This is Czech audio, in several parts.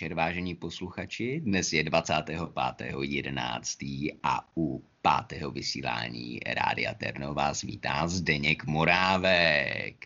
večer, vážení posluchači. Dnes je 25.11. a u 5. vysílání Rádia Terno vás vítá Zdeněk Morávek.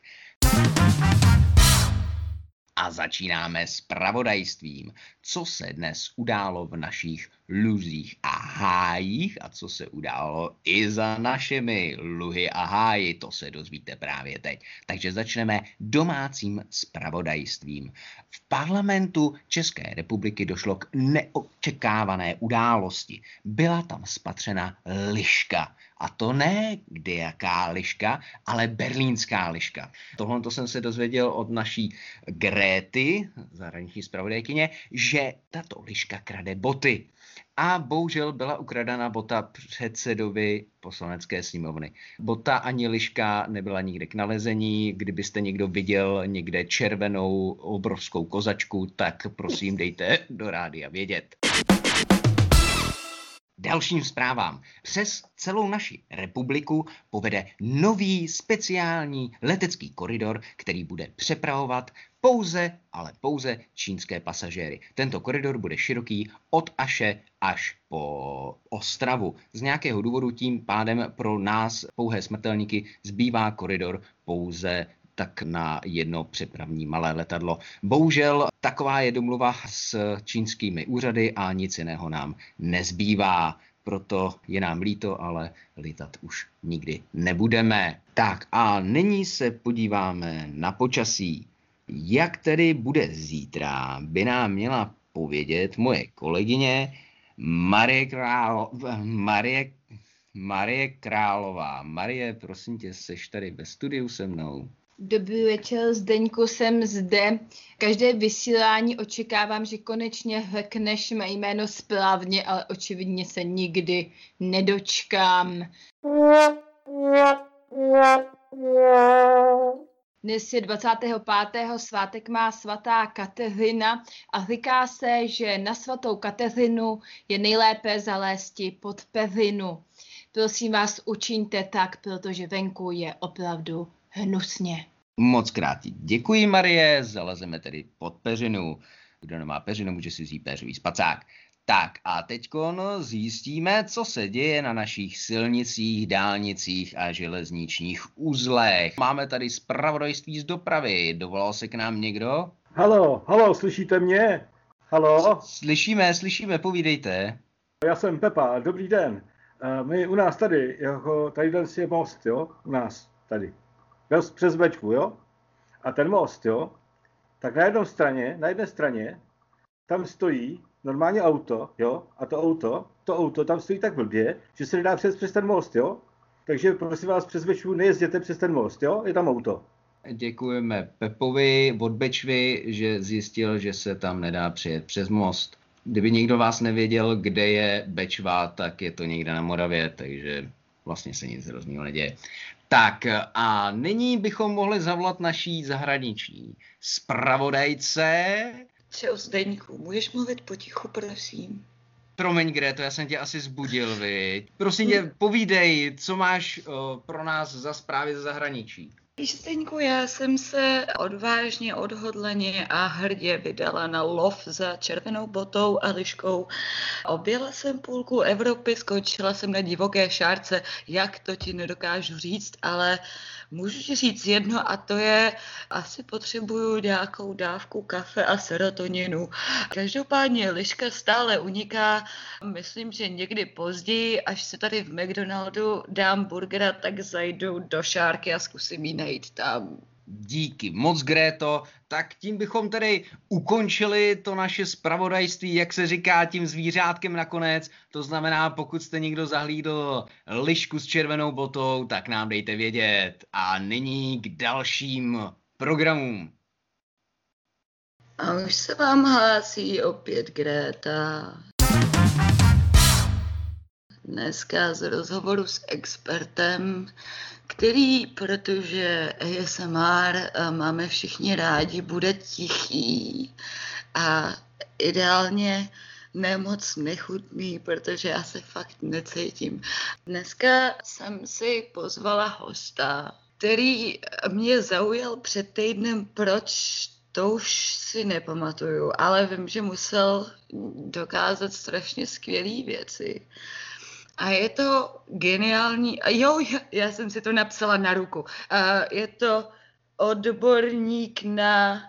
A začínáme s zpravodajstvím. Co se dnes událo v našich luzích a hájích a co se událo i za našimi luhy a háji, to se dozvíte právě teď. Takže začneme domácím zpravodajstvím. V parlamentu České republiky došlo k neočekávané události. Byla tam spatřena liška. A to ne kdejaká liška, ale berlínská liška. Tohle jsem se dozvěděl od naší Gréty, zahraniční zpravodajkyně, že tato liška krade boty. A bohužel byla ukradena bota předsedovi Poslanecké sněmovny. Bota ani liška nebyla nikde k nalezení. Kdybyste někdo viděl někde červenou obrovskou kozačku, tak prosím dejte do rádia vědět. Dalším zprávám. Přes celou naši republiku povede nový speciální letecký koridor, který bude přepravovat pouze čínské pasažéry. Tento koridor bude široký od Aše až po Ostravu. Z nějakého důvodu tím pádem pro nás, pouhé smrtelníky, zbývá koridor pouze tak na jedno přepravní malé letadlo. Bohužel taková je domluva s čínskými úřady a nic jiného nám nezbývá. Proto je nám líto, ale lítat už nikdy nebudeme. Tak a nyní se podíváme na počasí. Jak tedy bude zítra, by nám měla povědět moje kolegyně Marie Králová. Marie, prosím tě, seš tady ve studiu se mnou? Dobrý večer, Zdeňku, jsem zde. Každé vysílání očekávám, že konečně řekneš mé jméno správně, ale očividně se nikdy nedočkám. Dnes je 25. svátek má svatá Kateřina a říká se, že na svatou Kateřinu je nejlépe zalézti pod peřinu. Prosím vás, učiňte tak, protože venku je opravdu hnusně. Moc krát děkuji, Marie, zalezeme tedy pod peřinu. Kdo nemá peřinu, může si vzít péřový spacák. Tak a teďkon zjistíme, co se děje na našich silnicích, dálnicích a železničních uzlech. Máme tady zpravodajství z dopravy. Dovolal se k nám někdo? Halo, slyšíte mě? Halo? Slyšíme, povídejte. Já jsem Pepa, dobrý den. My u nás tady, tady je most, jo? U nás tady. Přes Bečku, jo? A ten most, jo? Tak na jedné straně, tam stojí normálně auto, jo? A to auto tam stojí tak blbě, že se nedá přes ten most, jo? Takže prosím vás, přes Bečku nejezděte přes ten most, jo? Je tam auto. Děkujeme Pepovi od Bečvy, že zjistil, že se tam nedá přijet přes most. Kdyby někdo vás nevěděl, kde je Bečva, tak je to někde na Moravě, takže vlastně se nic hroznýho neděje. Tak a nyní bychom mohli zavolat naší zahraniční zpravodajce. Čau, Zdeňku, můžeš mluvit potichu, prosím? Promiň, Gréto, já jsem tě asi zbudil, viď? Prosím tě, povídej, co máš pro nás za zprávy ze zahraničí. Zdeňku, já jsem se odvážně, odhodleně a hrdě vydala na lov za červenou botou a liškou. Objela jsem půlku Evropy, skončila jsem na divoké šárce, jak to ti nedokážu říct, ale můžu ti říct jedno a to je, asi potřebuju nějakou dávku kafe a serotoninu. Každopádně liška stále uniká, myslím, že někdy později, až se tady v McDonaldu dám burgera, tak zajdu do šárky a zkusím ji najít tam. Díky moc, Gréto. Tak tím bychom tedy ukončili to naše zpravodajství, jak se říká, tím zvířátkem nakonec. To znamená, pokud jste někdo zahlídl lišku s červenou botou, tak nám dejte vědět. A nyní k dalším programům. A už se vám hlásí opět Gréta. Dneska z rozhovoru s expertem, který, protože ASMR máme všichni rádi, bude tichý a ideálně nemoc nechutný, protože já se fakt necítím. Dneska jsem si pozvala hosta, který mě zaujal před týdnem, proč To už si nepamatuju, ale vím, že musel dokázat strašně skvělé věci. A je to geniální. Jo, já jsem si to napsala na ruku. Je to odborník na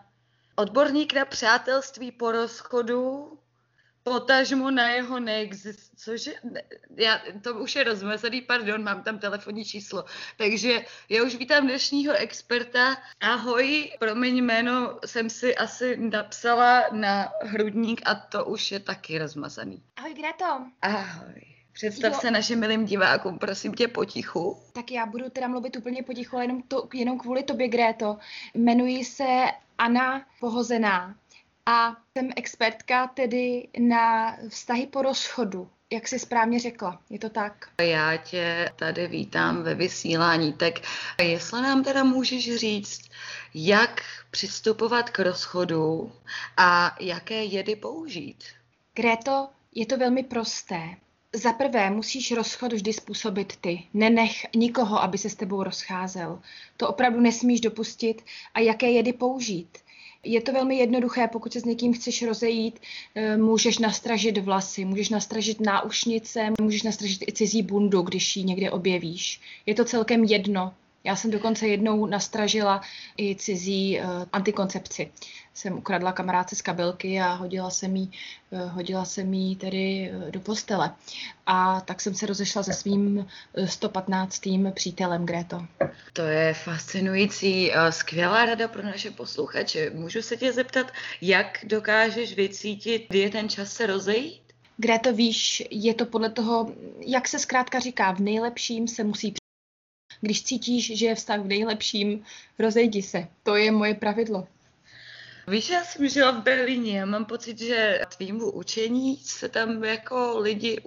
přátelství po rozchodu, potažmo na jeho cože, to už je rozmazaný, pardon, mám tam telefonní číslo. Takže já už vítám dnešního experta. Ahoj, promiň, jméno jsem si asi napsala na hrudník a to už je taky rozmazaný. Ahoj, Greto. Ahoj. Představ se našim milým divákům, prosím tě, potichu. Tak já budu teda mluvit úplně potichu, ale jenom kvůli tobě, Gréto. Jmenuji se Anna Pohozená a jsem expertka tedy na vztahy po rozchodu, jak jsi správně řekla. Je to tak? Já tě tady vítám ve vysílání, tak jestli nám teda můžeš říct, jak přistupovat k rozchodu a jaké jedy použít? Gréto, je to velmi prosté. Za prvé musíš rozchod vždy způsobit ty. Nenech nikoho, aby se s tebou rozcházel. To opravdu nesmíš dopustit. A jaké jedy použít? Je to velmi jednoduché, pokud se s někým chceš rozejít, můžeš nastražit vlasy, můžeš nastražit náušnice, můžeš nastražit i cizí bundu, když ji někde objevíš. Je to celkem jedno. Já jsem dokonce jednou nastražila i cizí antikoncepci. Jsem ukradla kamarádce z kabelky a hodila jsem jí tedy do postele. A tak jsem se rozešla se svým 115. přítelem, Gréto. To je fascinující, skvělá rada pro naše posluchače. Můžu se tě zeptat, jak dokážeš vycítit, kdy je ten čas se rozejít? Gréto, víš, je to podle toho, jak se zkrátka říká, v nejlepším se musí přijít. Když cítíš, že je vztah v nejlepším, rozejdi se. To je moje pravidlo. Víš, já jsem žila v Berlíně a mám pocit, že tvýmu učení se tam jako lidi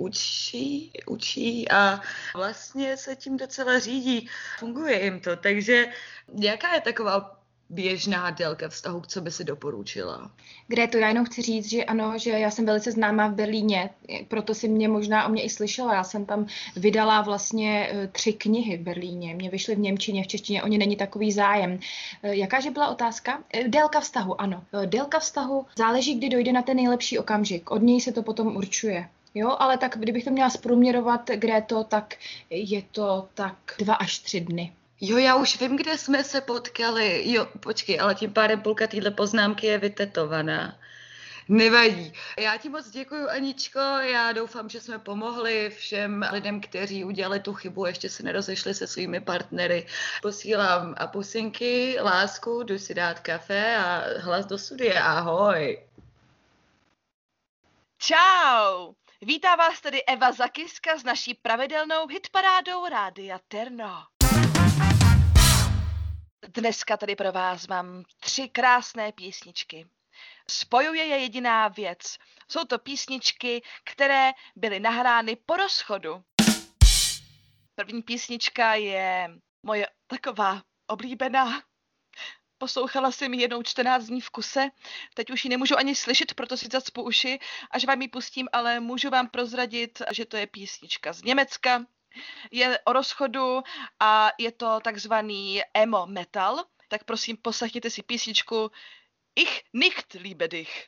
učí a vlastně se tím docela řídí. Funguje jim to, takže jaká je taková běžná délka vztahu, co by si doporučila? Gréto, já jenom chci říct, že ano, že já jsem velice známá v Berlíně, proto si mě možná o mě i slyšela. Já jsem tam vydala vlastně 3 knihy v Berlíně. Mě vyšly v němčině, v češtině, o ně není takový zájem. Jakáže byla otázka? Délka vztahu, ano. Délka vztahu záleží, kdy dojde na ten nejlepší okamžik. Od něj se to potom určuje. Jo, ale tak kdybych to měla zprůměrovat, Gréto, tak je to tak 2 až 3 dny. Jo, já už vím, kde jsme se potkali. Jo, počkej, ale tím pádem půlka téhle poznámky je vytetovaná. Nevadí. Já ti moc děkuju, Aničko. Já doufám, že jsme pomohli všem lidem, kteří udělali tu chybu, ještě se nerozešli se svými partnery. Posílám a pusinky, lásku, jdu si dát kafe a hlas do studia. Ahoj. Čau! Vítá vás tady Eva Zakiska s naší pravidelnou hitparádou Rádia Terno. Dneska tady pro vás mám 3 krásné písničky. Spojuje je jediná věc. Jsou to písničky, které byly nahrány po rozchodu. První písnička je moje taková oblíbená. Poslouchala jsem ji jednou 14 dní v kuse, teď už ji nemůžu ani slyšet, proto si zacpu uši, až vám ji pustím, ale můžu vám prozradit, že to je písnička z Německa. Je o rozchodu a je to takzvaný emo metal, tak prosím poslechněte si písničku Ich nicht liebe dich.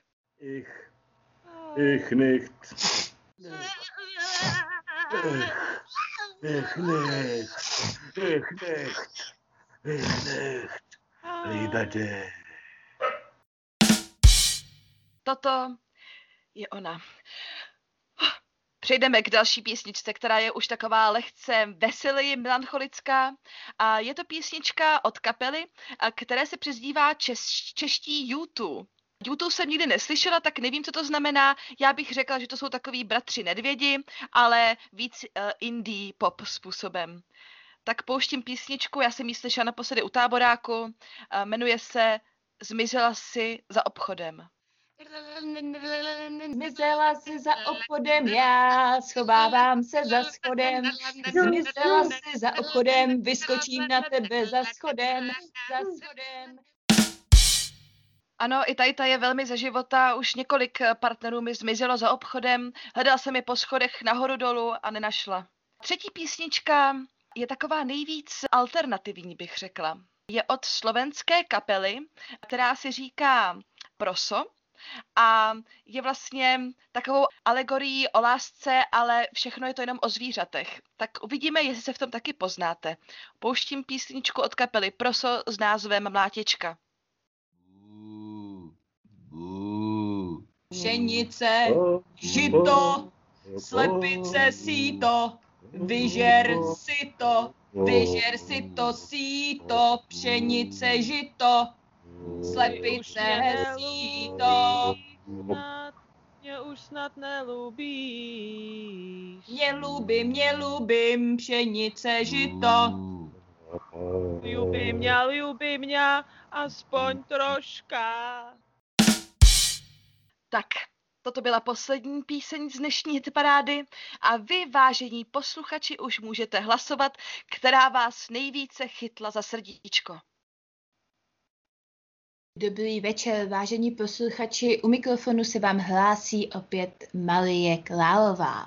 Ich nicht. Ich nicht. Liebe dich. Toto je ona. Přejdeme k další písničce, která je už taková lehce veselý, melancholická. A je to písnička od kapely, které se přezdívá čeští U2. U2 jsem nikdy neslyšela, tak nevím, co to znamená. Já bych řekla, že to jsou takový bratři Nedvědi, ale víc indie pop způsobem. Tak pouštím písničku, já jsem ji slyšela naposledy u Táboráku, jmenuje se Zmizela si za obchodem. Zmizela si za obchodem, já schovávám se za schodem. Zmizela si za obchodem, vyskočím na tebe za schodem, za schodem. Ano, i ta je velmi ze života, už několik partnerů mi zmizelo za obchodem, hledala jsem je po schodech nahoru dolů a nenašla. Třetí písnička je taková nejvíc alternativní, bych řekla. Je od slovenské kapely, která si říká Proso a je vlastně takovou alegorií o lásce, ale všechno je to jenom o zvířatech. Tak uvidíme, jestli se v tom taky poznáte. Pouštím písničku od kapely Proso s názvem Mlátička. Pšenice, žito, slepice, síto, vyžer si to síto, pšenice, žito, slepice, síto. Mě už snad nelubíš. Mě lubím, pšenice, žito. Ljubi mě, aspoň troška. Tak, toto byla poslední píseň z dnešní hitparády a vy, vážení posluchači, už můžete hlasovat, která vás nejvíce chytla za srdíčko. Dobrý večer, vážení posluchači, u mikrofonu se vám hlásí opět Marie Králová.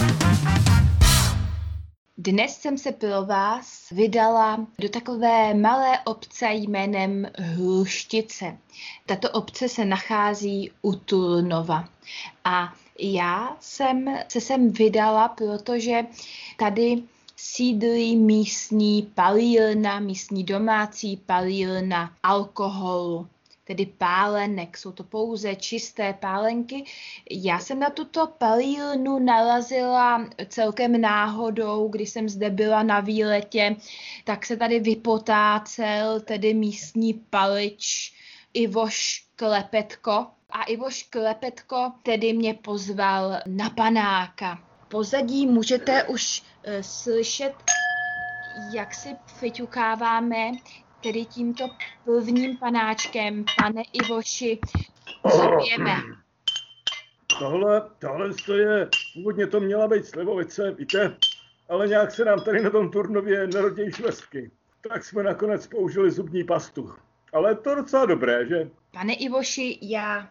Dnes jsem se pro vás vydala do takové malé obce jménem Hluštice. Tato obce se nachází u Turnova. A já jsem se sem vydala, protože tady sídlí místní palírna, místní domácí palírna alkoholu, tedy pálenek. Jsou to pouze čisté pálenky. Já jsem na tuto palírnu narazila celkem náhodou, když jsem zde byla na výletě, tak se tady vypotácel tedy místní palič Ivoš Klepetko. A Ivoš Klepetko tedy mě pozval na panáka. Pozadí můžete už slyšet, jak si fiťukáváme, tedy tímto prvním panáčkem. Pane Ivoši, zapijeme. Tohle je, původně to měla být slivovice, víte, ale nějak se nám tady na tom Turnově narodí švestky. Tak jsme nakonec použili zubní pastu. Ale je to docela dobré, že? Pane Ivoši, já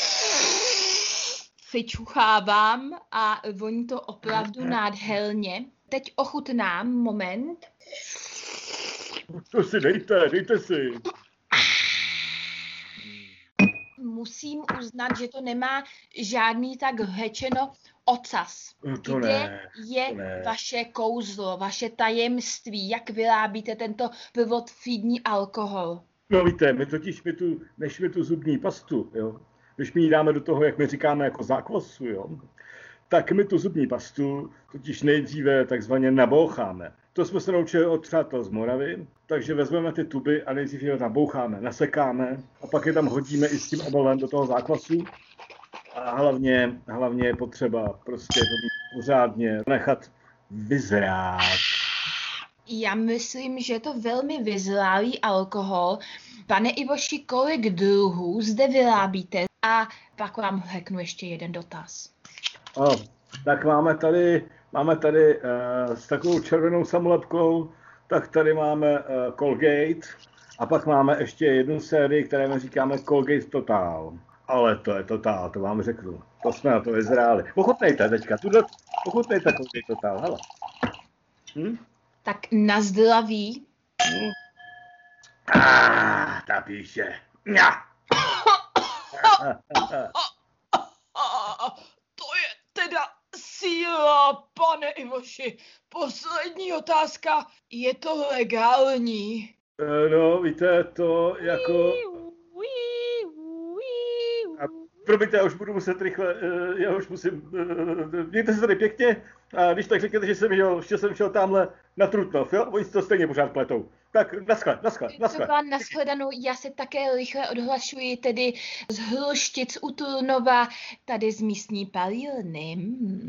fičuchávám a voní to opravdu nádherně. Teď ochutnám, moment. To si dejte si. Musím uznat, že to nemá žádný tak řečeno ocas. Kde je vaše kouzlo, vaše tajemství, jak vyrábíte tento prvotřídní alkohol? No víte, než my tu zubní pastu, jo, když my ji dáme do toho, jak my říkáme, jako zákvasu, jo, tak my tu zubní pastu totiž nejdříve takzvaně naboucháme. To jsme se naučili od přátel z Moravy, takže vezmeme ty tuby a nejdřív je naboucháme, nasekáme a pak je tam hodíme i s tím obalem do toho zákvasu. A hlavně je potřeba prostě to pořádně nechat vyzrát. Já myslím, že je to velmi vyzrálý alkohol. Pane Ivoši, kolik druhů zde vyrábíte? A pak vám řeknu ještě jeden dotaz. Tak máme tady s takovou červenou samolepkou, tak tady máme Colgate a pak máme ještě jednu sérii, které my říkáme Colgate Total. Ale to je Total, to vám řeknu. To jsme na to vyzráli. Pochutnejte teďka, pochutnejte Colgate Total, hele. Tak na zdraví. Ta píše. To je teda síla, pane Ivoši. Poslední otázka. Je to legální? No, víte, to jako... Promiňte, já už budu muset rychle, mějte se tady pěkně a když tak řekněte, že jsem šel tamhle na Trutnov, jo? Oni si to stejně pořád pletou. Tak naschle. Nashledanou, já se také rychle odhlašuji tedy z Hluštic u Turnova, tady z místní palírny.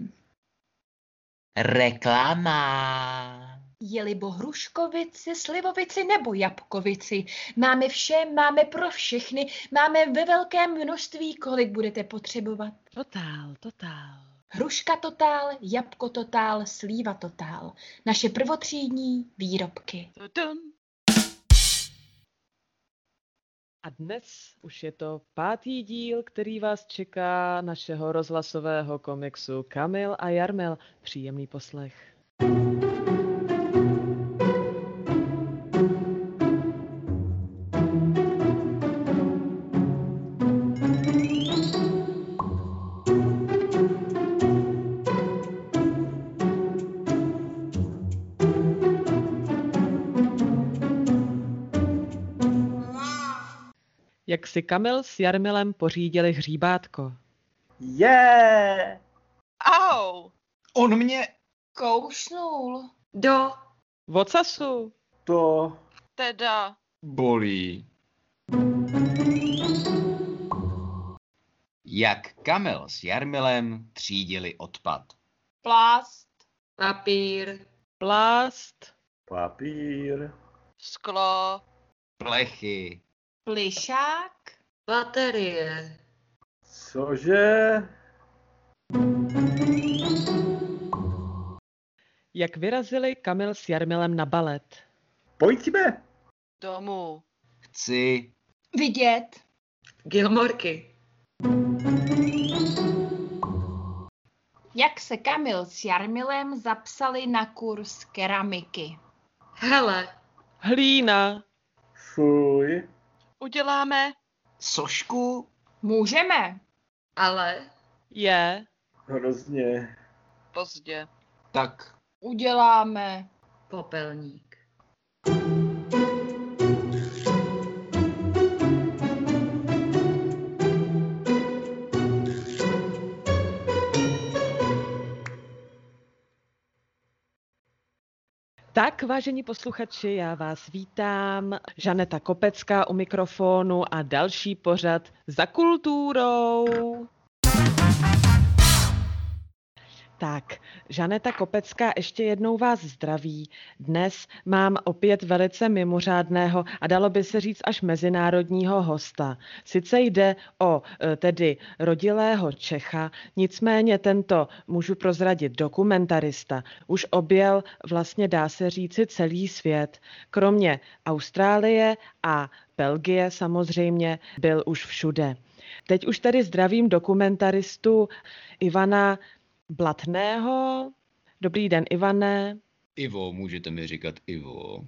Reklama. Jeli-bo hruškovici, slivovici nebo jabkovici. Máme vše, máme pro všechny, máme ve velkém množství, kolik budete potřebovat. Totál. Hruška Totál, jabko Totál, slíva Totál. Naše prvotřídní výrobky. A dnes už je to 5. díl, který vás čeká našeho rozhlasového komiksu Kamil a Jarmil. Příjemný poslech. Jak si Kamil s Jarmilem pořídili hříbátko. Au! On mě... Koušnul. Do. V ocasu. To Teda. bolí. Jak Kamil s Jarmilem třídili odpad. Plást. Papír. Plást. papír, Sklo. Plechy. Plišák. Baterie. cože? Jak vyrazili Kamil s Jarmilem na balet. Pojďme. Domů. Chci... Vidět. Gilmorky. Jak se Kamil s Jarmilem zapsali na kurz keramiky. Hele. Hlína. Fuj. Uděláme. Sošku. Můžeme. Ale. Je. Hrozně. Pozdě. Tak Uděláme. Popelník. Tak, vážení posluchači, já vás vítám. Žaneta Kopecká u mikrofonu a další pořad Za kulturou. Tak, Žaneta Kopecká ještě jednou vás zdraví. Dnes mám opět velice mimořádného a dalo by se říct až mezinárodního hosta. Sice jde o tedy rodilého Čecha, nicméně tento, můžu prozradit, dokumentarista už objel vlastně dá se říci celý svět. Kromě Austrálie a Belgie samozřejmě byl už všude. Teď už tady zdravím dokumentaristu Ivana Blatného. Dobrý den, Ivane. Ivo, můžete mi říkat Ivo.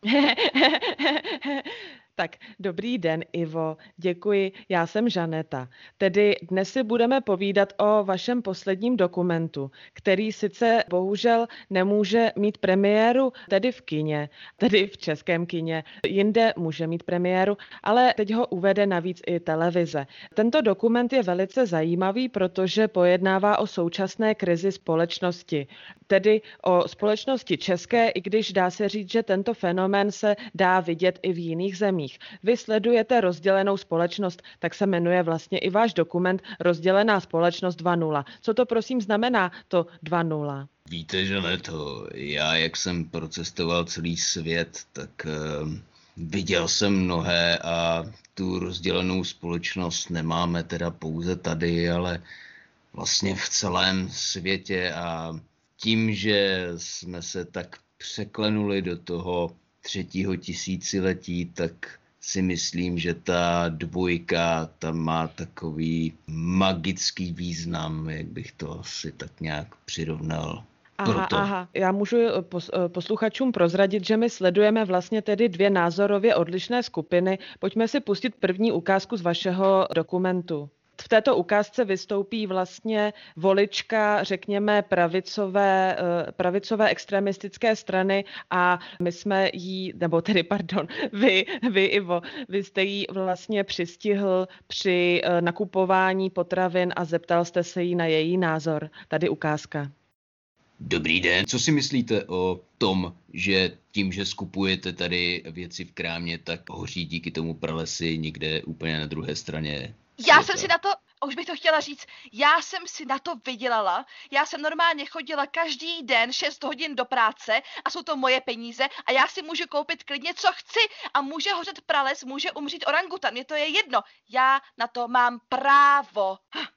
Tak, dobrý den, Ivo. Děkuji, já jsem Žaneta. Tedy dnes si budeme povídat o vašem posledním dokumentu, který sice bohužel nemůže mít premiéru tedy v kině, tedy v českém kině. Jinde může mít premiéru, ale teď ho uvede navíc i televize. Tento dokument je velice zajímavý, protože pojednává o současné krizi společnosti. Tedy o společnosti české, i když dá se říct, že tento fenomén se dá vidět i v jiných zemích. Vy sledujete rozdělenou společnost, tak se jmenuje vlastně i váš dokument Rozdělená společnost 2.0. Co to prosím znamená to 2.0? Víte, že ne to. Já, jak jsem procestoval celý svět, tak viděl jsem mnohé a tu rozdělenou společnost nemáme teda pouze tady, ale vlastně v celém světě a tím, že jsme se tak překlenuli do toho 3. tisíciletí, tak si myslím, že ta 2 tam má takový magický význam, jak bych to asi tak nějak přirovnal. Aha, já můžu posluchačům prozradit, že my sledujeme vlastně tedy 2 názorově odlišné skupiny. Pojďme si pustit první ukázku z vašeho dokumentu. V této ukázce vystoupí vlastně volička, řekněme, pravicové extremistické strany a my jsme jí, nebo tedy, pardon, vy Ivo, vy jste jí vlastně přistihl při nakupování potravin a zeptal jste se jí na její názor. Tady ukázka. Dobrý den, co si myslíte o tom, že tím, že skupujete tady věci v krámě, tak hoří díky tomu pralesy někde úplně na druhé straně? Já jsem si na to, už bych to chtěla říct, já jsem si na to vydělala. Já jsem normálně chodila každý den 6 hodin do práce a jsou to moje peníze a já si můžu koupit klidně, co chci a může hořet prales, může umřít orangutan, mně to je jedno. Já na to mám právo.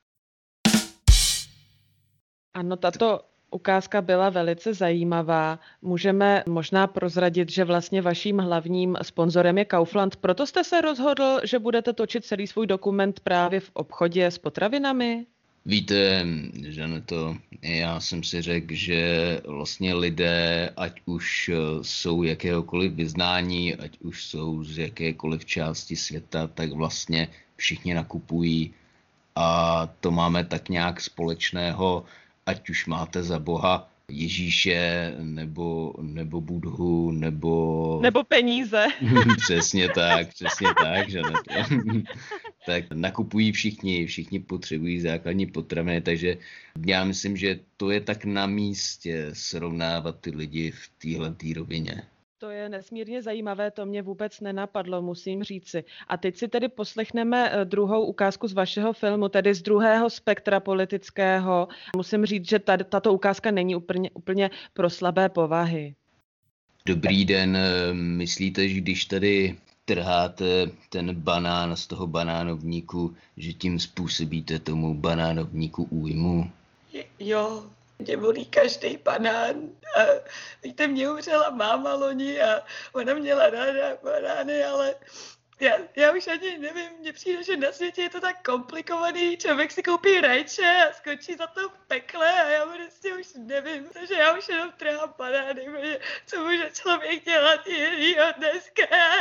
Ano, tato ukázka byla velice zajímavá. Můžeme možná prozradit, že vlastně vaším hlavním sponzorem je Kaufland. Proto jste se rozhodl, že budete točit celý svůj dokument právě v obchodě s potravinami? Víte, Žaneto, já jsem si řekl, že vlastně lidé, ať už jsou jakéhokoliv vyznání, ať už jsou z jakékoliv části světa, tak vlastně všichni nakupují a to máme tak nějak společného, ať už máte za Boha Ježíše, nebo Budhu, nebo... Nebo peníze. Přesně tak, že ne to. Tak nakupují všichni potřebují základní potraviny, takže já myslím, že to je tak na místě srovnávat ty lidi v téhletý rovině. To je nesmírně zajímavé, to mě vůbec nenapadlo, musím říci. A teď si tedy poslechneme druhou ukázku z vašeho filmu, tedy z druhého spektra politického. Musím říct, že tato ukázka není úplně pro slabé povahy. Dobrý den, myslíte, že když tady trháte ten banán z toho banánovníku, že tím způsobíte tomu banánovníku újmu? Jo, mě bolí každý banán. A víte, mě umřela máma loni a ona měla ráda banány, ale já už ani nevím, mně přijde, že na světě je to tak komplikovaný, člověk si koupí rajče a skočí za to v pekle a já prostě už nevím, takže já už jenom trhám banány, protože co může člověk dělat jinýho dneska.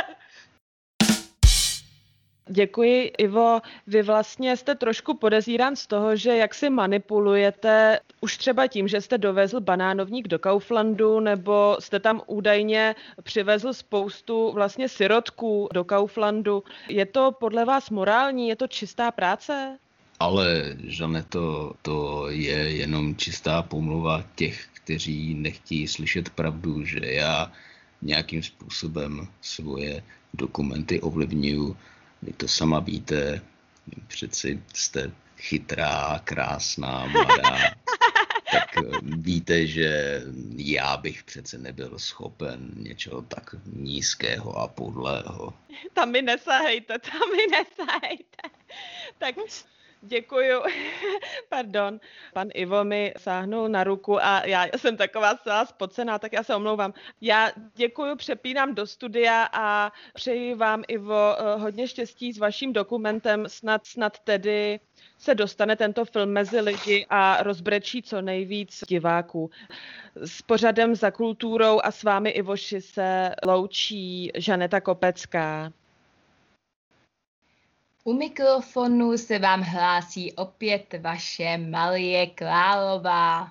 Děkuji, Ivo. Vy vlastně jste trošku podezírán z toho, že jak si manipulujete už třeba tím, že jste dovezl banánovník do Kauflandu, nebo jste tam údajně přivezl spoustu vlastně sirotků do Kauflandu. Je to podle vás morální? Je to čistá práce? Ale, Žaneto, to je jenom čistá pomluva těch, kteří nechtějí slyšet pravdu, že já nějakým způsobem svoje dokumenty ovlivňuju. Vy to sama víte, přeci jste chytrá, krásná, mladá, tak víte, že já bych přece nebyl schopen něčeho tak nízkého a podlého. Tam mi nesahejte. Tak děkuju. Pardon. Pan Ivo mi sáhnul na ruku a já jsem taková celá spocená, tak já se omlouvám. Já děkuju, přepínám do studia a přeji vám, Ivo, hodně štěstí s vaším dokumentem. Snad tedy se dostane tento film mezi lidi a rozbrečí co nejvíc diváků. S pořadem Za kulturou a s vámi, Ivoši, se loučí Žaneta Kopecká. U mikrofonu se vám hlásí opět vaše Marie Klálová.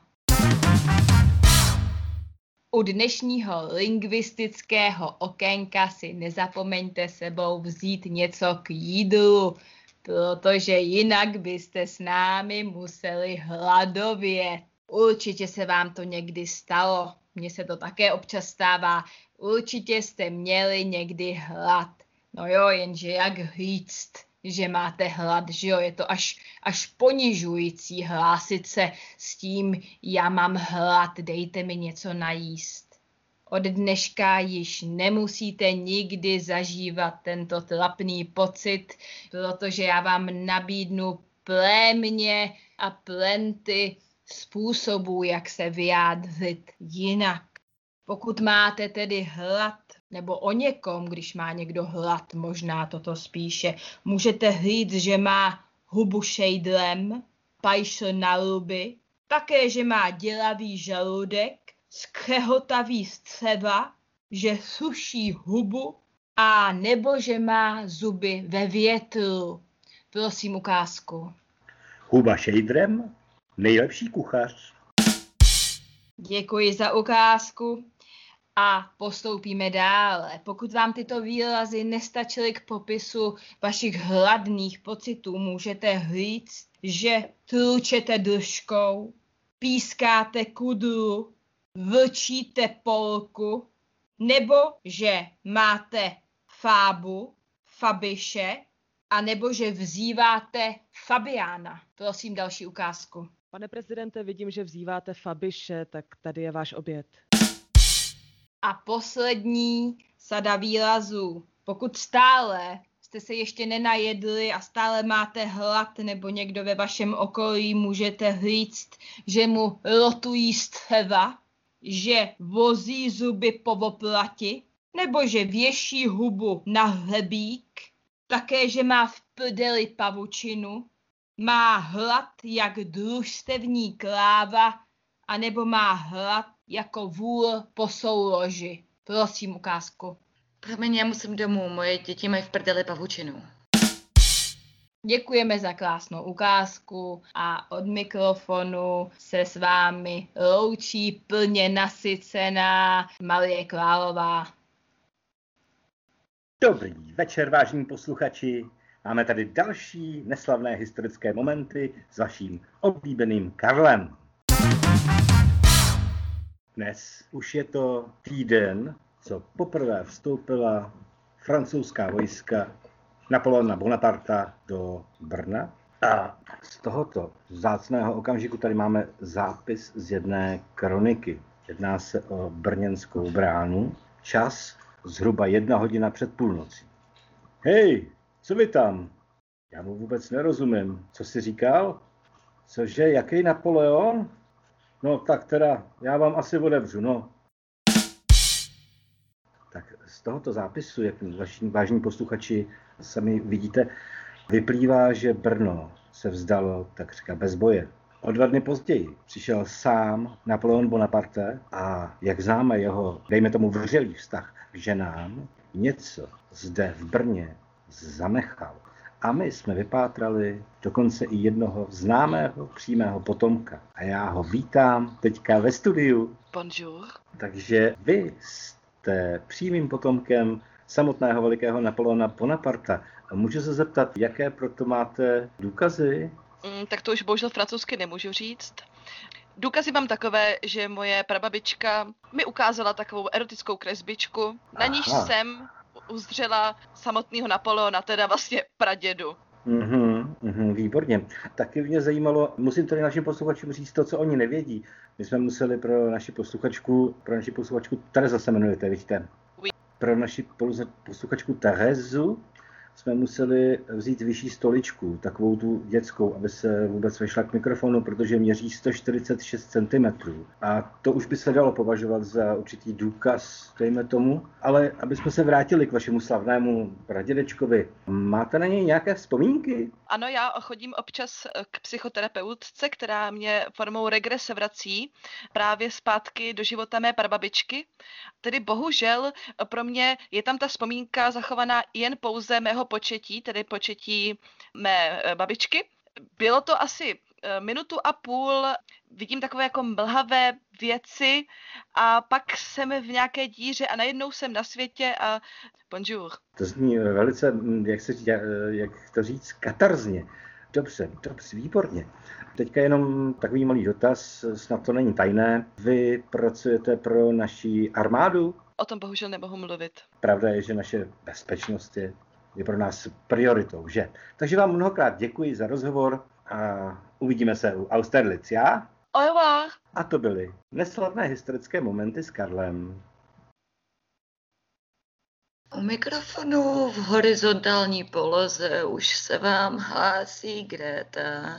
U dnešního lingvistického okénka si nezapomeňte sebou vzít něco k jídlu, protože jinak byste s námi museli hladovět. Určitě se vám to někdy stalo, mně se to také občas stává. Určitě jste měli někdy hlad. No jo, jenže jak říct, že máte hlad, že jo, je to až ponižující hlásit se s tím, já mám hlad, dejte mi něco najíst. Od dneška již nemusíte nikdy zažívat tento trapný pocit, protože já vám nabídnu plémě a plenty způsobů, jak se vyjádřit jinak. Pokud máte tedy hlad, nebo o někom, když má někdo hlad, možná toto spíše, můžete říct, že má hubu šejdrem, pajšl na ruby, také, že má dělavý žaludek, skřehotavý střeva, že suší hubu a nebo že má zuby ve větru. Prosím ukázku. Huba šejdrem, nejlepší kuchař. Děkuji za ukázku. A postoupíme dále. Pokud vám tyto výrazy nestačily k popisu vašich hladných pocitů, můžete říct, že tručete držkou, pískáte kudru, vlčíte polku, nebo že máte fábu, fabiše, a nebo že vzýváte Fabiána. Prosím další ukázku. Pane prezidente, vidím, že vzýváte Fabiše, tak tady je váš oběd. A poslední sada výrazů. Pokud stále jste se ještě nenajedli a stále máte hlad nebo někdo ve vašem okolí, můžete říct, že mu rotují střeva, že vozí zuby po voplati, nebo že věší hubu na hřebík, také, že má v prdeli pavučinu, má hlad jak družstevní kráva, anebo má hlad jako vůl po souloži. Prosím ukázku. Promiň, já musím domů, moje děti mají v prdeli pavučinu. Děkujeme za krásnou ukázku a od mikrofonu se s vámi loučí plně nasycená Marie Králová. Dobrý večer, vážení posluchači. Máme tady další neslavné historické momenty s vaším oblíbeným Karlem. Dnes už je to týden, co poprvé vstoupila francouzská vojska Napoleona Bonaparta do Brna. A z tohoto vzácného okamžiku tady máme zápis z jedné kroniky. Jedná se o brněnskou bránu. Čas zhruba 1 hodina před půlnocí. Hej, co vy tam? Já mu vůbec nerozumím. Co jsi říkal? Cože, jaký Napoleon? No tak teda, já vám asi odevřu, no. Tak z tohoto zápisu, jak vážení posluchači sami vidíte, vyplývá, že Brno se vzdalo takřka bez boje. O 2 dny později přišel sám Napoleon Bonaparte a jak známe jeho, dejme tomu, vřelý vztah k ženám, něco zde v Brně zanechal. A my jsme vypátrali dokonce i jednoho známého přímého potomka. A já ho vítám teďka ve studiu. Bonjour. Takže vy jste přímým potomkem samotného velikého Napoleona Bonaparta. A můžu se zeptat, jaké proto máte důkazy? Tak to už bohužel francouzsky nemůžu říct. Důkazy mám takové, že moje prababička mi ukázala takovou erotickou kresbičku, na níž jsem uzřela samotného Napoleona, teda vlastně pradědu. Výborně. Taky mě zajímalo, musím tady našim posluchačům říct to, co oni nevědí. My jsme museli pro naši posluchačku, Tereza se jmenujete, vidíte? Oui. Pro naši posluchačku Terezu jsme museli vzít vyšší stoličku, takovou tu dětskou, aby se vůbec vešla k mikrofonu, protože měří 146 cm. A to už by se dalo považovat za určitý důkaz, dejme tomu. Ale aby jsme se vrátili k vašemu slavnému pradědečkovi, máte na něj nějaké vzpomínky? Ano, já chodím občas k psychoterapeutce, která mě formou regrese vrací právě zpátky do života mé prababičky. Tedy bohužel pro mě je tam ta vzpomínka zachovaná jen pouze mého početí, tedy početí mé babičky. Bylo to asi 1,5 minuty, vidím takové jako mlhavé věci a pak jsem v nějaké díře a najednou jsem na světě a bonjour. To zní velice, jak to říct, katarzně. Dobře, výborně. Teďka jenom takový malý dotaz, snad to není tajné. Vy pracujete pro naši armádu? O tom bohužel nemohu mluvit. Pravda je, že naše bezpečnost je pro nás prioritou, že? Takže vám mnohokrát děkuji za rozhovor a uvidíme se u Austerlitz, já? Au revoir. A to byly neslavné historické momenty s Karlem. U mikrofonu v horizontální poloze už se vám hlásí Greta.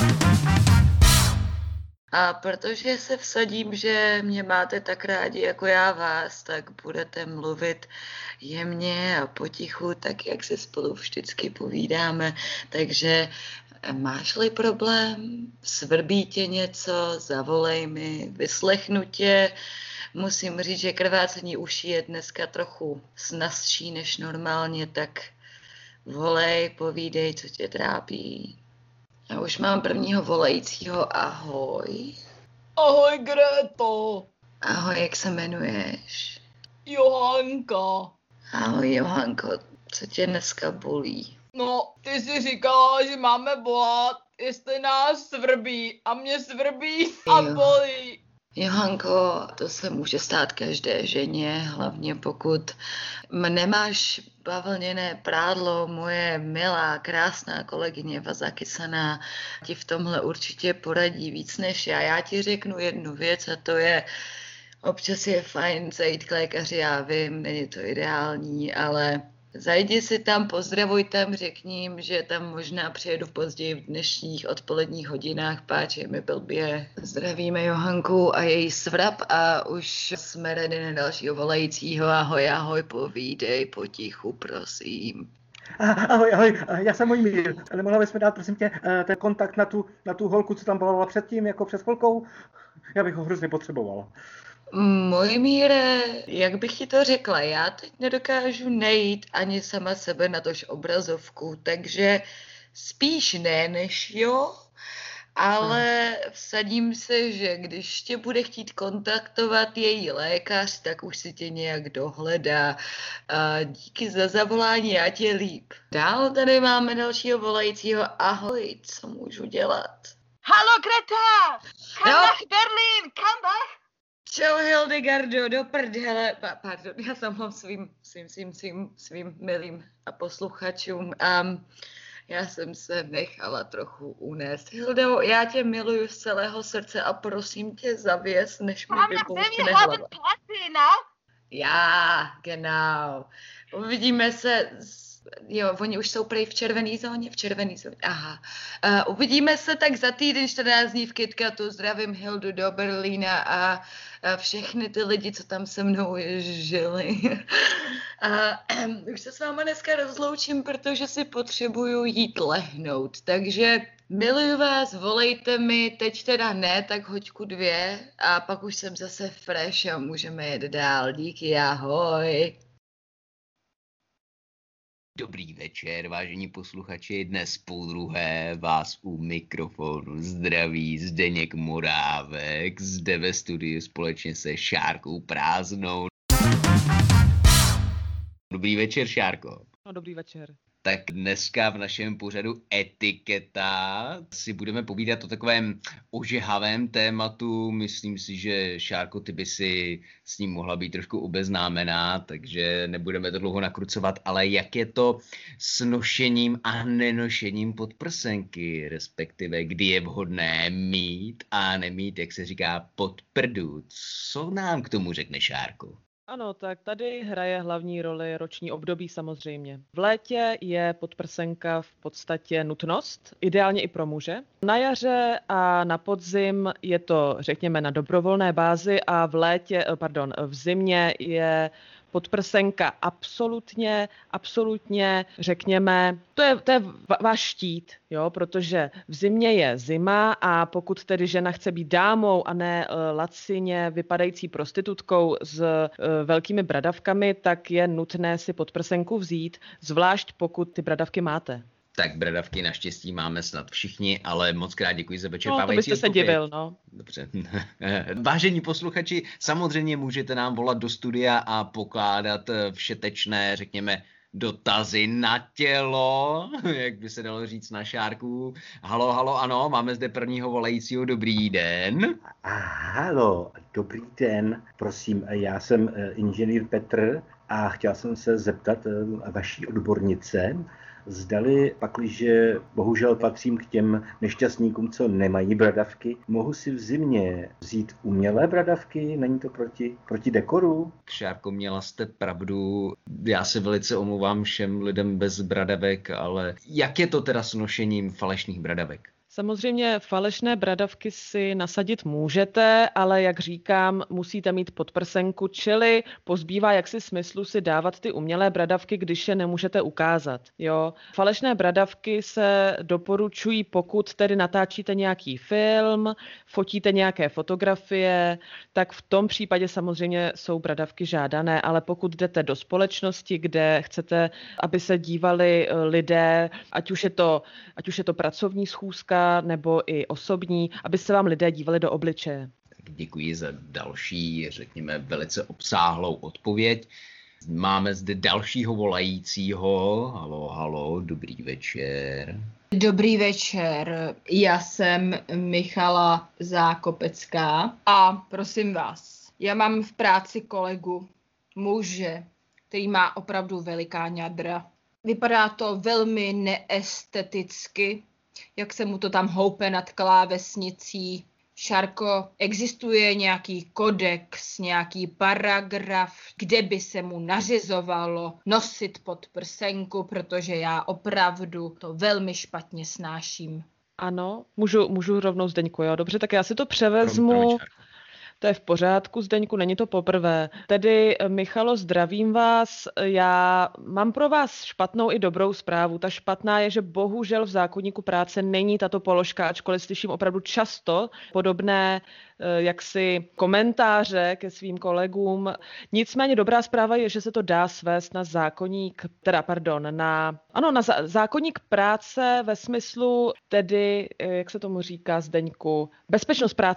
A protože se vsadím, že mě máte tak rádi jako já vás, tak budete mluvit jemně a potichu, tak jak se spolu vždycky povídáme. Takže máš-li problém, svrbí tě něco, zavolej mi, vyslechnu tě. Musím říct, že krvácení uší je dneska trochu snazší než normálně, tak volej, povídej, co tě trápí. Já už mám prvního volajícího, ahoj. Ahoj, Greto. Ahoj, jak se jmenuješ? Johanka. Ahoj, Johanko, co tě dneska bolí? No, ty jsi říkala, že máme volat, jestli nás svrbí a mě svrbí a bolí. Johanko, to se může stát každé ženě, hlavně pokud nemáš bavlněné prádlo. Moje milá, krásná kolegyně Vazaki-saná ti v tomhle určitě poradí víc než já. Já ti řeknu jednu věc a to je, občas je fajn zajít k lékaři, já vím, není to ideální, ale zajdi si tam, pozdravuj tam, řekni jim, že tam možná přijedu později v dnešních odpoledních hodinách, páč je mi blbě. Zdravíme Johanku a její svrap a už jsme ready na dalšího volajícího. Ahoj, ahoj, povídej potichu, prosím. Ahoj, já jsem Mojmír. Nemohla bys mi dát, prosím tě, ten kontakt na tu holku, co tam volala předtím, jako před chvilkou? Já bych ho hrozně potřeboval. Mojmíre, jak bych ti to řekla, já teď nedokážu najít ani sama sebe na tož obrazovku, takže spíš ne než jo, ale vsadím se, že když tě bude chtít kontaktovat její lékař, tak už si tě nějak dohledá. A díky za zavolání, ať je líp. Dál tady máme dalšího volajícího. Ahoj, co můžu dělat? Hallo Greta! Come back Berlin, come back! Čau Hildegardo, do prdele. Pardon, já jsem ho svým milým posluchačům. Já jsem se nechala trochu unést. Hildo, já tě miluju z celého srdce a prosím tě zavěs, než mi vypouchne hlava. Já, genau. Uvidíme se, jo, oni už jsou prej v červené zóně, aha. Uvidíme se tak za týden 14 dní v KitKatu, zdravím Hildu do Berlína a všechny ty lidi, co tam se mnou žili. Už se s váma dneska rozloučím, protože si potřebuju jít lehnout, takže miluju vás, volejte mi, teď teda ne, tak hoďku 2 a pak už jsem zase fresh a můžeme jet dál. Díky, ahoj. Dobrý večer, vážení posluchači, dnes podruhé vás u mikrofonu zdraví Zdeněk Morávek, zde ve studiu společně se Šárkou Prázdnou. Dobrý večer, Šárko. No, dobrý večer. Tak dneska v našem pořadu Etiketa si budeme povídat o takovém ožehavém tématu. Myslím si, že Šárko, ty by si s ním mohla být trošku obeznámená, takže nebudeme to dlouho nakrucovat, ale jak je to s nošením a nenošením podprsenky, respektive kdy je vhodné mít a nemít, jak se říká, podprdu. Co nám k tomu řekne Šárko? Ano, tak tady hraje hlavní roli roční období samozřejmě. V létě je podprsenka v podstatě nutnost, ideálně i pro muže. Na jaře a na podzim je to, řekněme, na dobrovolné bázi a v zimě je podprsenka absolutně, řekněme, to je váš štít, jo, protože v zimě je zima a pokud tedy žena chce být dámou a ne lacině vypadající prostitutkou s velkými bradavkami, tak je nutné si podprsenku vzít, zvlášť pokud ty bradavky máte. Tak bradavky naštěstí máme snad všichni, ale moc krát děkuji za vyčerpávající odpověď. No, to byste se divil, no. Dobře. Vážení posluchači, samozřejmě můžete nám volat do studia a pokládat všetečné, řekněme, dotazy na tělo, jak by se dalo říct na Šárku. Halo, ano, máme zde prvního volajícího, dobrý den. Halo, dobrý den, prosím, já jsem inženýr Petr a chtěl jsem se zeptat vaší odbornice, zdali pakliže bohužel patřím k těm nešťastníkům, co nemají bradavky, mohu si v zimě vzít umělé bradavky? Není to proti dekoru? Šárko, měla jste pravdu. Já se velice omlouvám všem lidem bez bradavek, ale jak je to teda s nošením falešných bradavek? Samozřejmě falešné bradavky si nasadit můžete, ale jak říkám, musíte mít podprsenku, čili pozbývá jaksi smyslu si dávat ty umělé bradavky, když je nemůžete ukázat. Jo? Falešné bradavky se doporučují, pokud tedy natáčíte nějaký film, fotíte nějaké fotografie, tak v tom případě samozřejmě jsou bradavky žádané, ale pokud jdete do společnosti, kde chcete, aby se dívali lidé, ať už je to pracovní schůzka, nebo i osobní, aby se vám lidé dívali do obličeje. Tak děkuji za další, řekněme, velice obsáhlou odpověď. Máme zde dalšího volajícího. Halo, dobrý večer. Dobrý večer, já jsem Michala Zákopecká a prosím vás, já mám v práci kolegu, muže, který má opravdu veliká ňadra. Vypadá to velmi neesteticky, jak se mu to tam houpe nad klávesnicí. Šárko, existuje nějaký kodex, nějaký paragraf, kde by se mu nařizovalo nosit podprsenku, protože já opravdu to velmi špatně snáším. Ano, můžu rovnou, Zdeňku, jo, dobře, tak já si to převezmu. To je v pořádku, Zdeňku, není to poprvé. Tedy, Michalo, zdravím vás. Já mám pro vás špatnou i dobrou zprávu. Ta špatná je, že bohužel v zákoníku práce není tato položka, ačkoliv slyším opravdu často podobné jaksi komentáře ke svým kolegům. Nicméně dobrá zpráva je, že se to dá svést na zákoník práce ve smyslu tedy, jak se tomu říká, Zdeňku, bezpečnost práce.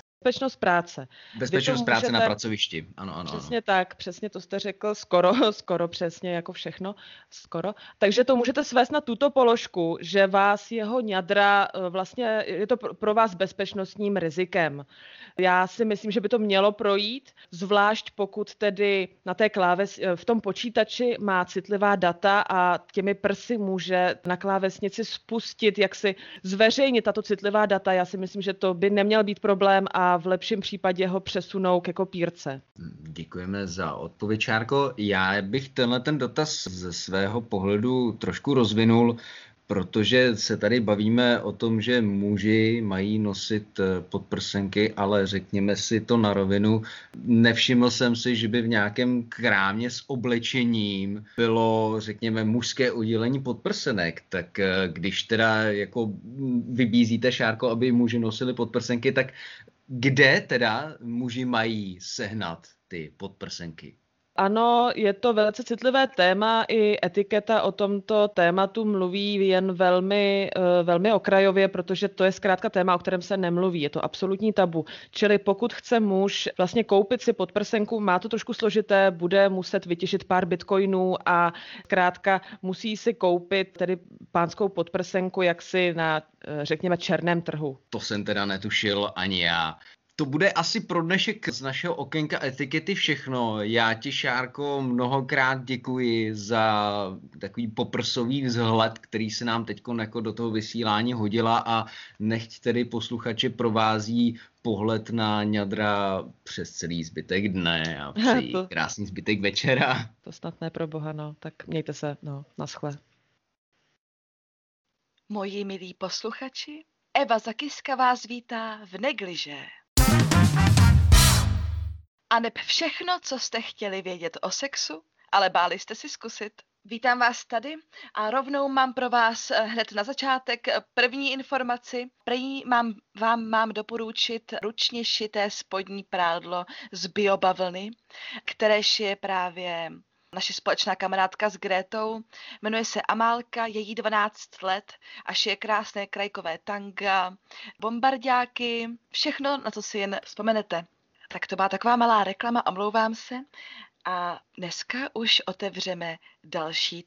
Bezpečnost práce na pracovišti. Ano. Přesně tak, přesně to jste řekl, skoro přesně jako všechno, skoro. Takže to můžete svést na tuto položku, že vás jeho ňadra, vlastně je to pro vás bezpečnostním rizikem. Já si myslím, že by to mělo projít, zvlášť pokud tedy na té v tom počítači má citlivá data a těmi prsy může na klávesnici spustit, jak si zveřejnit tato citlivá data. Já si myslím, že to by neměl být problém a v lepším případě ho přesunou ke kopírce. Děkujeme za odpověď, Šárko. Já bych ten dotaz ze svého pohledu trošku rozvinul, protože se tady bavíme o tom, že muži mají nosit podprsenky, ale řekněme si to na rovinu. Nevšiml jsem si, že by v nějakém krámě s oblečením bylo, řekněme, mužské oddělení podprsenek. Tak když teda jako vybízíte, Šárko, aby muži nosili podprsenky, tak kde teda muži mají sehnat ty podprsenky? Ano, je to velice citlivé téma, i etiketa o tomto tématu mluví jen velmi okrajově, protože to je zkrátka téma, o kterém se nemluví, je to absolutní tabu. Čili pokud chce muž vlastně koupit si podprsenku, má to trošku složité, bude muset vytěžit pár bitcoinů a zkrátka musí si koupit tedy pánskou podprsenku jaksi na, řekněme, černém trhu. To jsem teda netušil ani já. To bude asi pro dnešek z našeho okénka etikety všechno. Já ti, Šárko, mnohokrát děkuji za takový poprsový vzhled, který se nám teď jako do toho vysílání hodila a nechť tedy posluchače provází pohled na ňadra přes celý zbytek dne a přeji krásný zbytek večera. To snad ne, pro boha, no. Tak mějte se, naschle. Moji milí posluchači, Eva Zakyska vás vítá v negliže. A neb všechno, co jste chtěli vědět o sexu, ale báli jste si zkusit. Vítám vás tady a rovnou mám pro vás hned na začátek první informaci. První vám mám doporučit ručně šité spodní prádlo z biobavlny, které šije právě naše společná kamarádka s Grétou. Jmenuje se Amálka, je jí 12 let a šije krásné krajkové tanga, bombardáky, všechno, na co si jen vzpomenete. Tak to byla taková malá reklama, omlouvám se. A dneska už otevřeme další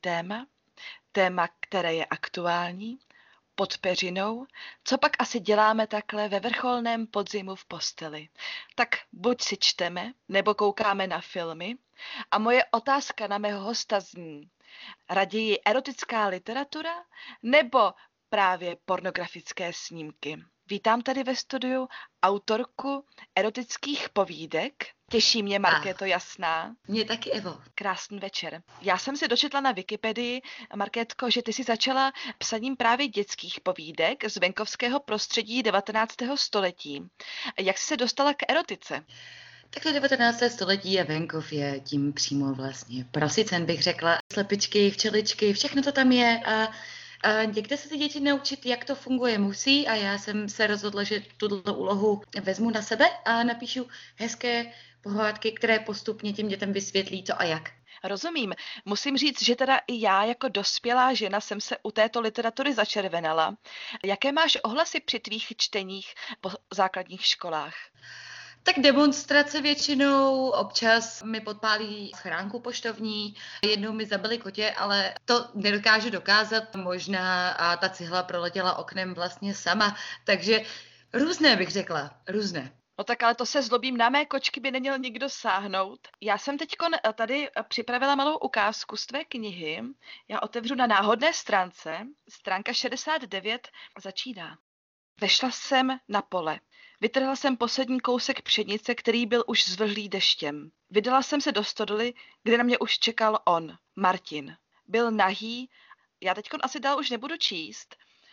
téma, které je aktuální, pod peřinou. Co pak asi děláme takhle ve vrcholném podzimu v posteli? Tak buď si čteme, nebo koukáme na filmy. A moje otázka na mého hosta zní, raději erotická literatura, nebo právě pornografické snímky? Vítám tady ve studiu autorku erotických povídek. Těší mě, Markéto Jasná. Mě taky, Evo. Krásný večer. Já jsem si dočetla na Wikipedii, Markétko, že ty si začala psaním právě dětských povídek z venkovského prostředí 19. století. Jak jsi se dostala k erotice? Tak to 19. století a venkov je tím přímo vlastně prasicen, bych řekla. Slepičky, včeličky, všechno to tam je a někde se ty děti naučit, jak to funguje, musí a já jsem se rozhodla, že tuto úlohu vezmu na sebe a napíšu hezké pohádky, které postupně těm dětem vysvětlí co a jak. Rozumím. Musím říct, že teda i já jako dospělá žena jsem se u této literatury začervenala. Jaké máš ohlasy při tvých čteních po základních školách? Tak demonstrace většinou, občas mi podpálí schránku poštovní, jednou mi zabili kotě, ale to nedokážu dokázat, možná a ta cihla proletěla oknem vlastně sama, takže různé bych řekla, různé. No tak ale to se zlobím, na mé kočky by neměl nikdo sáhnout. Já jsem teď tady připravila malou ukázku z tvé knihy, já otevřu na náhodné stránce, stránka 69 začíná. Vešla jsem na pole. Vytrhla jsem poslední kousek pšenice, který byl už zvlhlý deštěm. Vydala jsem se do stodoly, kde na mě už čekal on, Martin. Byl nahý, já teďkon asi dál už nebudu číst,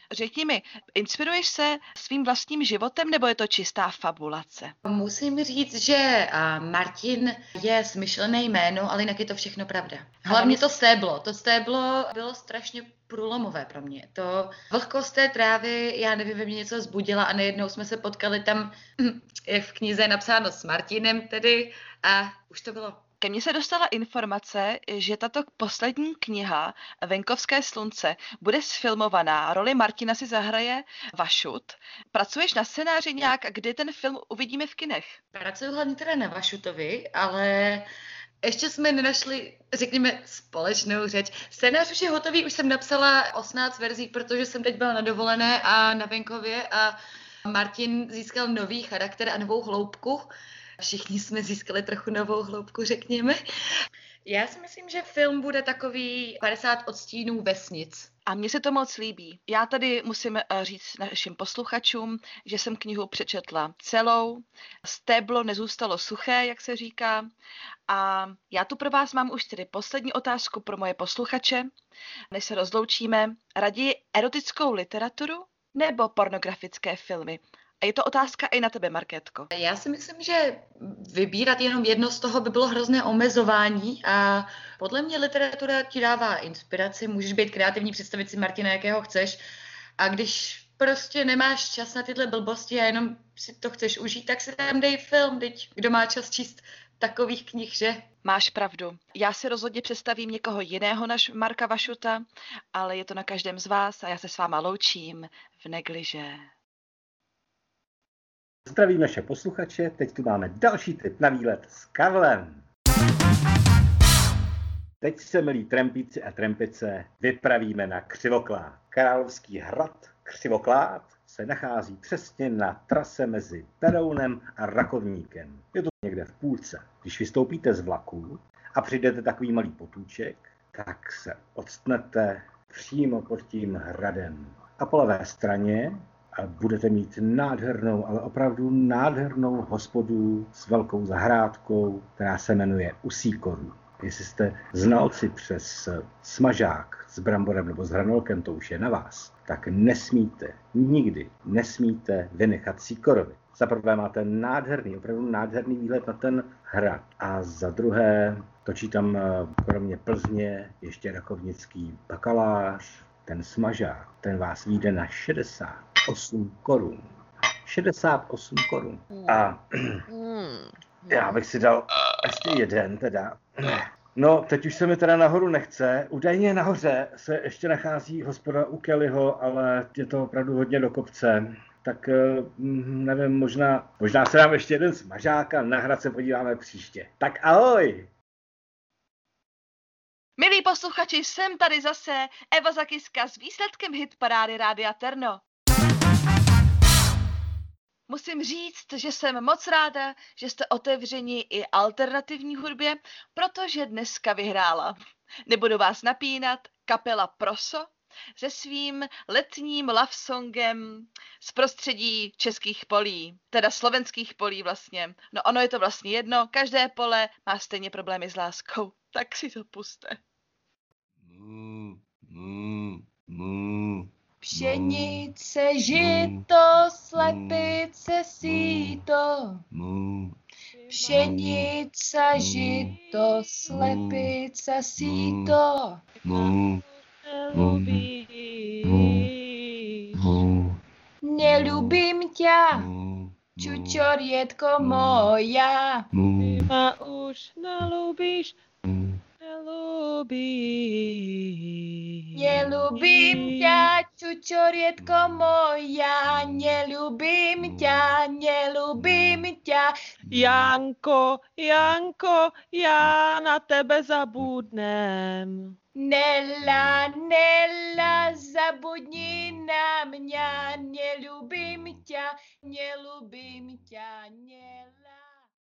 Řekni mi, inspiruješ se svým vlastním životem, nebo je to čistá fabulace? Musím říct, že Martin je smyšlené jméno, ale jinak je to všechno pravda. Hlavně to stéblo. To stéblo bylo strašně průlomové pro mě. To vlhkost té trávy, já nevím, ve mně něco vzbudila a najednou jsme se potkali tam, jak v knize je napsáno, s Martinem tedy a už to bylo. Ke mně se dostala informace, že tato poslední kniha Venkovské slunce bude sfilmovaná. Roli Martina si zahraje Vašut. Pracuješ na scénáři nějak a kdy ten film uvidíme v kinech? Pracuji hlavně teda na Vašutovi, ale ještě jsme nenašli, řekněme, společnou řeč. Scénář už je hotový, už jsem napsala 18 verzí, protože jsem teď byla na dovolené a na venkově a Martin získal nový charakter a novou hloubku. Všichni jsme získali trochu novou hloubku, řekněme. Já si myslím, že film bude takový 50 odstínů vesnic. A mně se to moc líbí. Já tady musím říct našim posluchačům, že jsem knihu přečetla celou. Stéblo nezůstalo suché, jak se říká. A já tu pro vás mám už tedy poslední otázku pro moje posluchače. Než se rozloučíme, raději erotickou literaturu nebo pornografické filmy? A je to otázka i na tebe, Markétko. Já si myslím, že vybírat jenom jedno z toho by bylo hrozné omezování a podle mě literatura ti dává inspiraci, můžeš být kreativní, představit si Martina, jakého chceš a když prostě nemáš čas na tyhle blbosti a jenom si to chceš užít, tak si tam dej film, teď kdo má čas číst takových knih, že? Máš pravdu. Já si rozhodně představím někoho jiného než Marka Vašuta, ale je to na každém z vás a já se s váma loučím v negliže. Zdravím naše posluchače, teď tu máme další tip na výlet s Karlem. Teď se, milí trampíci a trampice, vypravíme na Křivoklád. Královský hrad Křivoklád se nachází přesně na trase mezi Berounem a Rakovníkem. Je to někde v půlce. Když vystoupíte z vlaku a přijdete takový malý potůček, tak se odstnete přímo pod tím hradem. A po levé straně budete mít nádhernou, ale opravdu nádhernou hospodu s velkou zahrádkou, která se jmenuje Usíkorů. Jestli jste znalci přes smažák s bramborem nebo s hranolkem, to už je na vás, tak nikdy nesmíte vynechat Sýkorovi. Za prvé máte opravdu nádherný výlet na ten hrad. A za druhé točí tam kromě Plzně ještě rakovnický bakalář. Ten smažák, ten vás vyjde na 68 korun. 68 korun. A já bych si dal ještě jeden teda. No, teď už se mi teda nahoru nechce. Údajně nahoře se ještě nachází hospoda u Kellyho, ale je to opravdu hodně do kopce. Tak nevím, možná se dám ještě jeden smažák a na hrad se podíváme příště. Tak ahoj! Milí posluchači, jsem tady zase Eva Zakiska s výsledkem hitparády Rádia Terno. Musím říct, že jsem moc ráda, že jste otevřeni i alternativní hudbě, protože dneska vyhrála. Nebudu vás napínat, kapela Proso se svým letním love songem z prostředí českých polí, teda slovenských polí vlastně. No ono je to vlastně jedno, každé pole má stejně problémy s láskou, tak si to puste. Pšenice, žito, slepice, síto. Pšenica, žito, slepice, síto. Nelubím ťa, čučorětko moja. A už nelubíš, Nelubím ťa, čučorětko moja, nelubím ťa. Janko, já na tebe zabudnem. Nela, zabudni na mě, nelubím ťa, nela.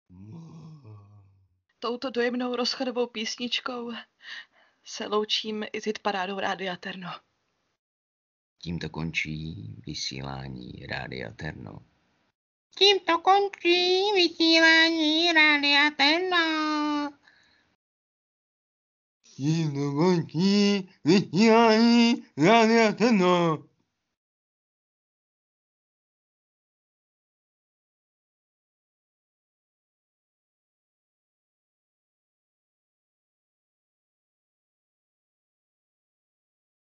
Touto dojemnou rozchodovou písničkou se loučím i s hitparádou Rádia Terno. Tímto končí vysílání Rádia Terno. Tímto končí vysílání Rádia Terno. Tímto končí vysílání Rádia Terno.